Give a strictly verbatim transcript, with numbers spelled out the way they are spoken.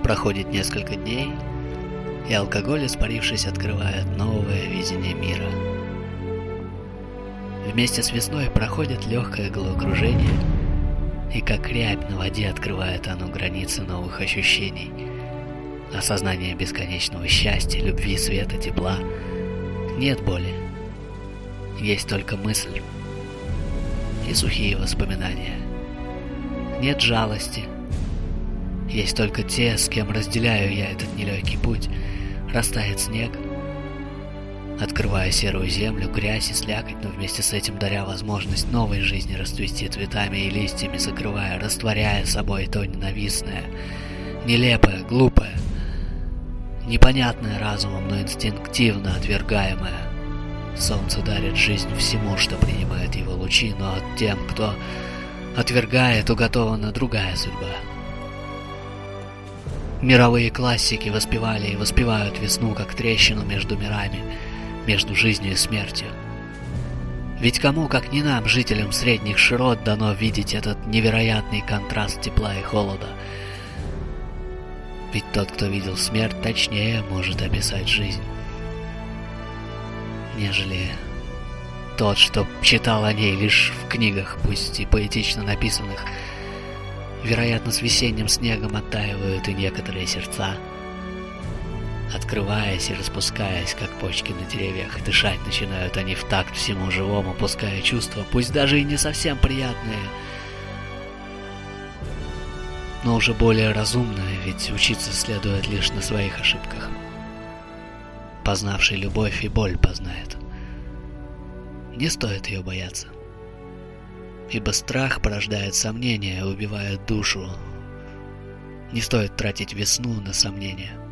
Проходит несколько дней, и алкоголь, испарившись, открывает новое видение мира. Вместе с весной проходит легкое головокружение, и как рябь на воде открывает оно границы новых ощущений. Осознание бесконечного счастья, любви, света, тепла. Нет боли. Есть только мысль и сухие воспоминания. Нет жалости. Есть только те, с кем разделяю я этот нелегкий путь. Растает снег, открывая серую землю, грязь и слякоть, но вместе с этим даря возможность новой жизни расцвести цветами и листьями, закрывая, растворяя собой то ненавистное, нелепое, глупое, непонятное разумом, но инстинктивно отвергаемое. Солнце дарит жизнь всему, что принимает его лучи, но тем, кто отвергает, уготована другая судьба. Мировые классики воспевали и воспевают весну как трещину между мирами, между жизнью и смертью. Ведь кому, как не нам, жителям средних широт, дано видеть этот невероятный контраст тепла и холода? Ведь тот, кто видел смерть, точнее может описать жизнь, нежели тот, что читал о ней лишь в книгах, пусть и поэтично написанных. Вероятно, с весенним снегом оттаивают и некоторые сердца. Открываясь и распускаясь, как почки на деревьях, дышать начинают они в такт всему живому, пуская чувства, пусть даже и не совсем приятные, но уже более разумные, ведь учиться следует лишь на своих ошибках. Познавший любовь и боль познает. Не стоит ее бояться, ибо страх порождает сомнения, убивает душу. Не стоит тратить весну на сомнения.